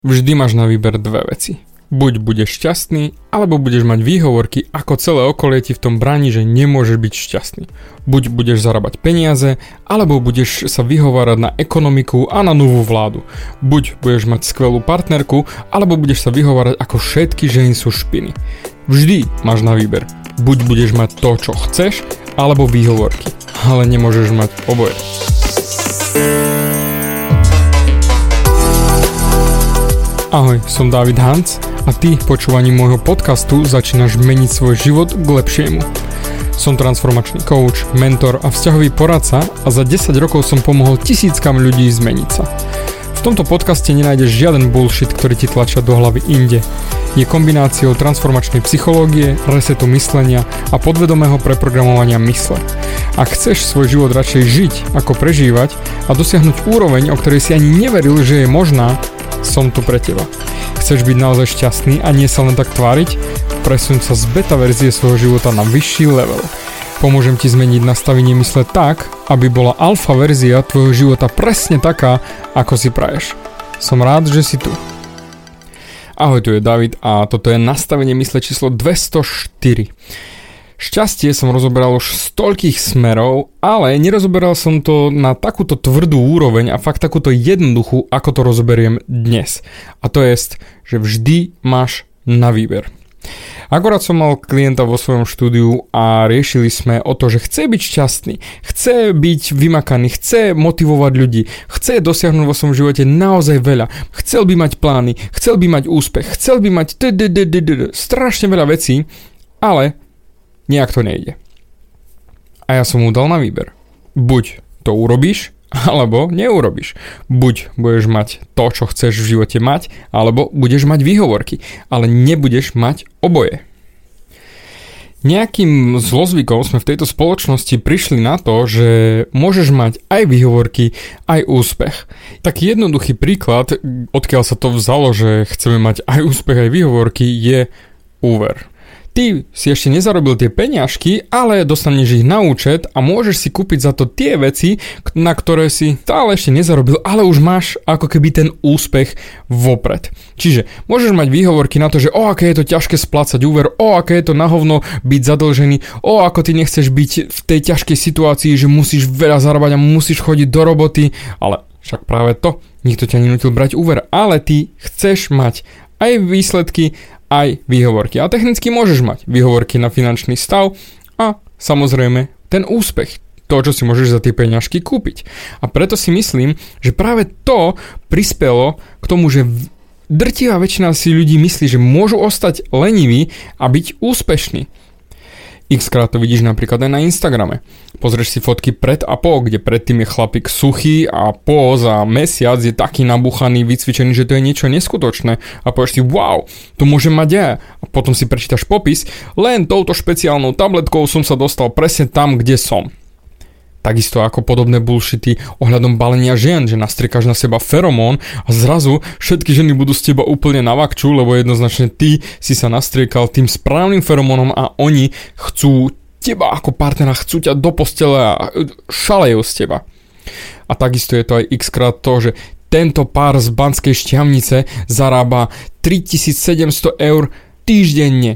Vždy máš na výber dve veci. Buď budeš šťastný, alebo budeš mať výhovorky, ako celé okolie ti v tom bráni, že nemôžeš byť šťastný. Buď budeš zarábať peniaze, alebo budeš sa vyhovárať na ekonomiku a na novú vládu. Buď budeš mať skvelú partnerku, alebo budeš sa vyhovárať, ako všetky ženy sú špiny. Vždy máš na výber. Buď budeš mať to, čo chceš, alebo výhovorky. Ale nemôžeš mať oboje. Ahoj, som David Hanc a ty počúvaním môjho podcastu začínaš meniť svoj život k lepšiemu. Som transformačný coach, mentor a vzťahový poradca a za 10 rokov som pomohol tisíckam ľudí zmeniť sa. V tomto podcaste nenájdeš žiaden bullshit, ktorý ti tlačia do hlavy inde. Je kombináciou transformačnej psychológie, resetu myslenia a podvedomého preprogramovania mysle. Ak chceš svoj život radšej žiť, ako prežívať a dosiahnuť úroveň, o ktorej si ani neveril, že je možná, som tu pre teba. Chceš byť naozaj šťastný a nie sa len tak tváriť? Presuň sa z beta verzie svojho života na vyšší level. Pomôžem ti zmeniť nastavenie mysle tak, aby bola alfa verzia tvojho života presne taká, ako si praješ. Som rád, že si tu. Ahoj, tu je David a toto je nastavenie mysle číslo 204. Šťastie som rozoberal už z toľkých smerov, ale nerozoberal som to na takúto tvrdú úroveň a fakt takúto jednoduchú, ako to rozoberiem dnes. A to je, že vždy máš na výber. Akorát som mal klienta vo svojom štúdiu a riešili sme o to, že chce byť šťastný, chce byť vymakaný, chce motivovať ľudí, chce dosiahnuť vo svojom živote naozaj veľa, chcel by mať plány, chcel by mať úspech, chcel by mať strašne veľa vecí, ale nejak to nejde. A ja som mu dal na výber. Buď to urobíš, alebo neurobíš. Buď budeš mať to, čo chceš v živote mať, alebo budeš mať výhovorky, ale nebudeš mať oboje. Nejakým zlozvykom sme v tejto spoločnosti prišli na to, že môžeš mať aj výhovorky, aj úspech. Taký jednoduchý príklad, odkiaľ sa to vzalo, že chceme mať aj úspech, aj výhovorky, je úver. Ty si ešte nezarobil tie peňažky, ale dostaneš ich na účet a môžeš si kúpiť za to tie veci, na ktoré si stále ešte nezarobil, ale už máš ako keby ten úspech vopred. Čiže môžeš mať výhovorky na to, že aké je to ťažké splácať úver, aké je to na hovno byť zadlžený, ako ty nechceš byť v tej ťažkej situácii, že musíš veľa zarábať a musíš chodiť do roboty, ale však práve to, nikto ťa nenútil brať úver, ale ty chceš mať aj výsledky, aj výhovorky. A technicky môžeš mať výhovorky na finančný stav a samozrejme ten úspech. To, čo si môžeš za tie peňažky kúpiť. A preto si myslím, že práve to prispelo k tomu, že drtivá väčšina si ľudí myslí, že môžu ostať leniví a byť úspešní. Xkrát to vidíš napríklad aj na Instagrame. Pozrieš si fotky pred a po, kde predtým je chlapík suchý a po za mesiac je taký nabuchaný, vycvičený, že to je niečo neskutočné a povieš si, wow, to môžem mať ja. A potom si prečítaš popis, len touto špeciálnou tabletkou som sa dostal presne tam, kde som. Takisto ako podobné bullshity ohľadom balenia žien, že nastriekáš na seba feromón a zrazu všetky ženy budú z teba úplne na vakču, lebo jednoznačne ty si sa nastriekal tým správnym feromónom a oni chcú teba ako partnera, chcú ťa do postele a šalejú z teba. A takisto je to aj xkrát to, že tento pár z Banskej Štiavnice zarába 3700 eur týždenne.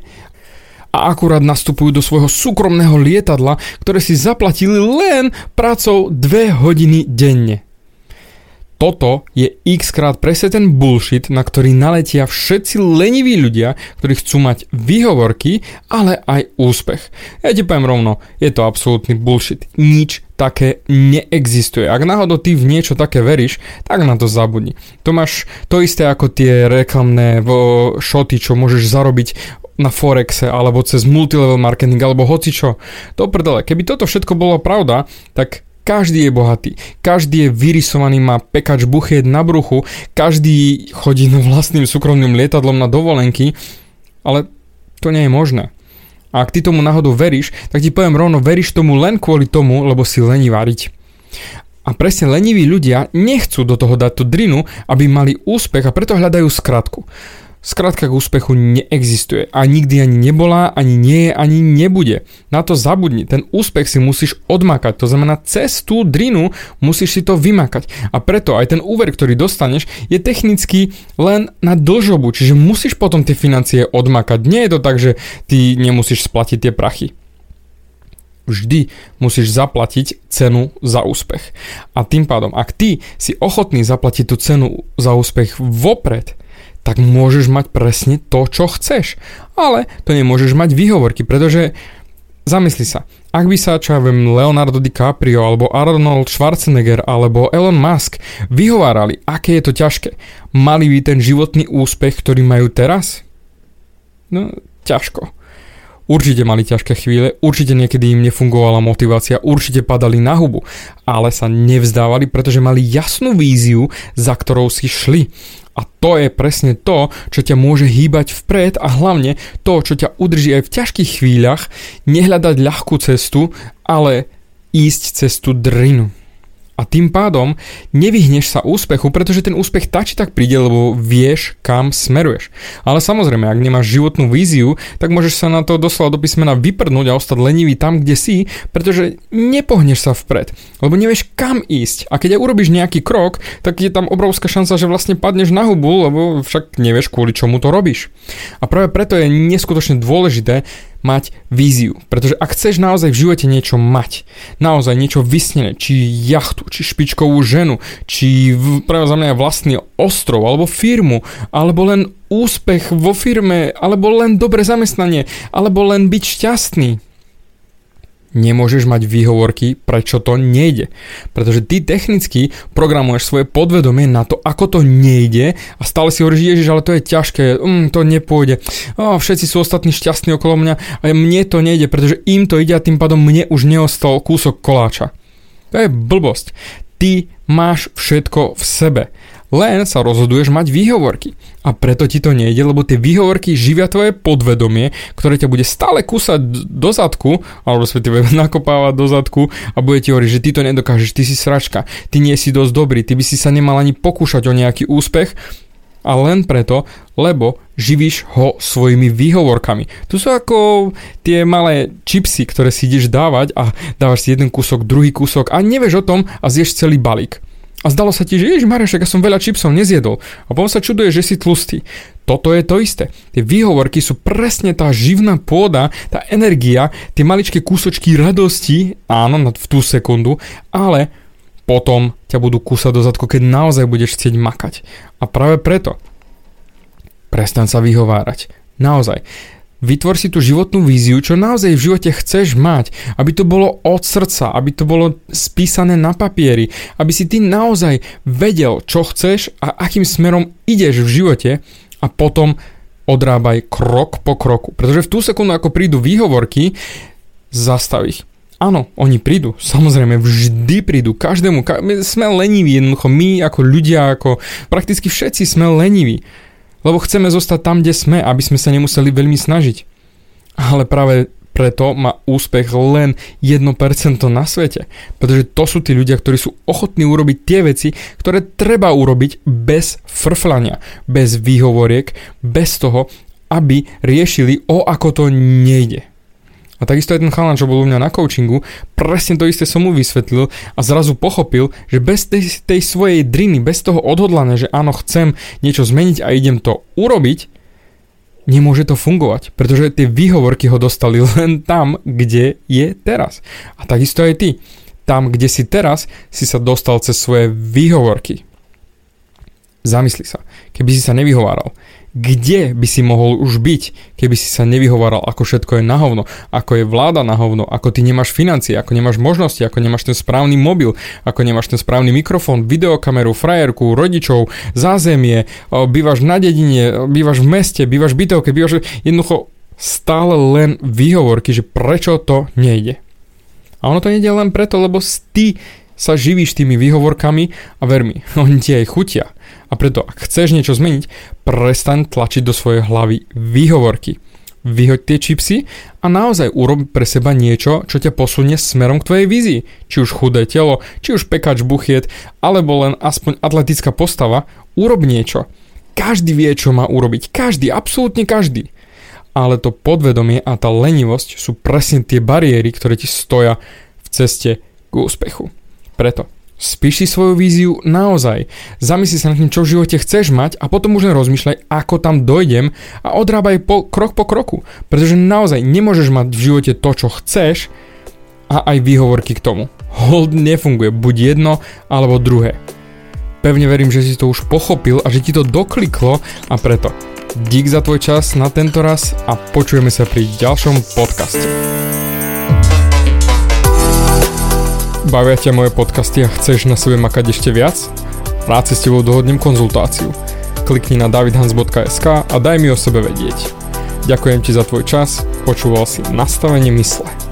A akurát nastupujú do svojho súkromného lietadla, ktoré si zaplatili len prácou 2 hodiny denne. Toto je xkrát presne ten bullshit, na ktorý naletia všetci leniví ľudia, ktorí chcú mať výhovorky, ale aj úspech. Ja ti poviem rovno, je to absolútny bullshit. Nič také neexistuje. Ak náhodou ty v niečo také veríš, tak na to zabudni. To máš to isté ako tie reklamné šoty, čo môžeš zarobiť na Forexe, alebo cez multilevel marketing, alebo hocičo. To prdele, keby toto všetko bolo pravda, tak každý je bohatý, každý je vyrysovaný, má pekač buchiet na bruchu, každý chodí vlastným súkromným lietadlom na dovolenky, ale to nie je možné. A ak ty tomu náhodou veríš, tak ti poviem rovno, veríš tomu len kvôli tomu, lebo si lení variť. A presne leniví ľudia nechcú do toho dať tú drinu, aby mali úspech a preto hľadajú skratku. skrátka k úspechu neexistuje a nikdy ani nebola, ani nie je, ani nebude. Na to zabudni, ten úspech si musíš odmakať, to znamená cez tú drinu musíš si to vymakať a preto aj ten úver, ktorý dostaneš, je technicky len na dlžobu, čiže musíš potom tie financie odmakať. Nie je to tak, že ty nemusíš splatiť tie prachy. Vždy musíš zaplatiť cenu za úspech. A tým pádom, ak ty si ochotný zaplatiť tú cenu za úspech vopred, tak môžeš mať presne to, čo chceš. Ale to nemôžeš mať výhovorky, pretože zamysli sa, ak by sa, čo ja viem, Leonardo DiCaprio, alebo Arnold Schwarzenegger, alebo Elon Musk vyhovárali, aké je to ťažké, mali by ten životný úspech, ktorý majú teraz? No, ťažko. Určite mali ťažké chvíle, určite niekedy im nefungovala motivácia, určite padali na hubu, ale sa nevzdávali, pretože mali jasnú víziu, za ktorou si šli. A to je presne to, čo ťa môže hýbať vpred a hlavne to, čo ťa udrží aj v ťažkých chvíľach, nehľadať ľahkú cestu, ale ísť cez tú drinu. A tým pádom nevyhneš sa úspechu, pretože ten úspech tak či tak príde, lebo vieš, kam smeruješ. Ale samozrejme, ak nemáš životnú víziu, tak môžeš sa na to doslova do písmena vyprdnúť a ostať lenivý tam, kde si, pretože nepohneš sa vpred, lebo nevieš, kam ísť. A keď aj urobíš nejaký krok, tak je tam obrovská šanca, že vlastne padneš na hubu, lebo však nevieš, kvôli čomu to robíš. A práve preto je neskutočne dôležité mať víziu. Pretože ak chceš naozaj v živote niečo mať, naozaj niečo vysnené, či jachtu, či špičkovú ženu, či práve za mňa vlastný ostrov, alebo firmu, alebo len úspech vo firme, alebo len dobré zamestnanie, alebo len byť šťastný, nemôžeš mať výhovorky, prečo to nejde. Pretože ty technicky programuješ svoje podvedomie na to, ako to nejde a stále si hovoríš, Ježiš, ale to je ťažké, to nepôjde. Všetci sú ostatní šťastní okolo mňa a mne to nejde, pretože im to ide a tým pádom mne už neostal kúsok koláča. To je blbosť. Ty máš všetko v sebe. Len sa rozhoduješ mať výhovorky. A preto ti to nejde, lebo tie výhovorky živia tvoje podvedomie, ktoré ťa bude stále kúsať do zadku, alebo respektíve nakopávať do zadku a bude ti hovoriť, že ty to nedokážeš, ty si sračka, ty nie si dosť dobrý, ty by si sa nemal ani pokúšať o nejaký úspech, a len preto, lebo živíš ho svojimi výhovorkami. Tu sú ako tie malé čipsy, ktoré si ideš dávať a dávaš si jeden kúsok, druhý kúsok a nevieš o tom a zješ celý balík. A zdalo sa ti, že ježišmarja, však ja som veľa čipsov nezjedol. A potom sa čuduješ, že si tlustý. Toto je to isté. Tie výhovorky sú presne tá živná pôda, tá energia, tie maličké kúsočky radosti, áno, v tú sekundu, ale potom ťa budú kúsať do zadku, keď naozaj budeš chcieť makať. A práve preto prestaň sa vyhovárať. Naozaj. Vytvor si tú životnú víziu, čo naozaj v živote chceš mať, aby to bolo od srdca, aby to bolo spísané na papieri, aby si ty naozaj vedel, čo chceš a akým smerom ideš v živote a potom odrábaj krok po kroku. Pretože v tú sekundu, ako prídu výhovorky, zastav ich. Áno, oni prídu, samozrejme, vždy prídu, každému, sme leniví, jednoducho my ako ľudia, ako prakticky všetci sme leniví. Lebo chceme zostať tam, kde sme, aby sme sa nemuseli veľmi snažiť. Ale práve preto má úspech len 1% na svete. Pretože to sú tí ľudia, ktorí sú ochotní urobiť tie veci, ktoré treba urobiť bez frflania, bez výhovoriek, bez toho, aby riešili, ako to nejde. A takisto aj ten chalan, čo bol u mňa na coachingu, presne to isté som mu vysvetlil a zrazu pochopil, že bez tej svojej driny, bez toho odhodlania, že áno, chcem niečo zmeniť a idem to urobiť, nemôže to fungovať, pretože tie výhovorky ho dostali len tam, kde je teraz. A takisto aj ty. Tam, kde si teraz, si sa dostal cez svoje výhovorky. Zamysli sa, keby si sa nevyhováral, kde by si mohol už byť, keby si sa nevyhováral, ako všetko je na hovno, ako je vláda na hovno, ako ty nemáš financie, ako nemáš možnosti, ako nemáš ten správny mobil, ako nemáš ten správny mikrofón, videokameru, frajerku, rodičov, zázemie, bývaš na dedine, bývaš v meste, bývaš v bytovke, bývaš jednoducho stále len výhovorky, že prečo to nejde. A ono to nejde len preto, lebo ty sa živíš tými výhovorkami a ver mi, oni ti aj chutia. A preto, ak chceš niečo zmeniť, prestaň tlačiť do svojej hlavy výhovorky. Vyhoď tie čipsy a naozaj urob pre seba niečo, čo ťa posunie smerom k tvojej vízii. Či už chudé telo, či už pekač buchiet, alebo len aspoň atletická postava, urob niečo. Každý vie, čo má urobiť. Každý, absolútne každý. Ale to podvedomie a tá lenivosť sú presne tie bariéry, ktoré ti stoja v ceste k úspechu. Preto spíš si svoju víziu naozaj. Zamysli sa nad tým, čo v živote chceš mať a potom už len rozmýšľaj, ako tam dojdem a odrábaj krok po kroku. Pretože naozaj nemôžeš mať v živote to, čo chceš a aj výhovorky k tomu. Hold nefunguje, buď jedno alebo druhé. Pevne verím, že si to už pochopil a že ti to dokliklo a preto dík za tvoj čas na tento raz a počujeme sa pri ďalšom podcaste. Bavia ťa moje podcasty a chceš na sebe makať ešte viac? Rád si s tebou dohodnem konzultáciu. Klikni na davidhans.sk a daj mi o sebe vedieť. Ďakujem ti za tvoj čas, počúval si Nastavenie mysle.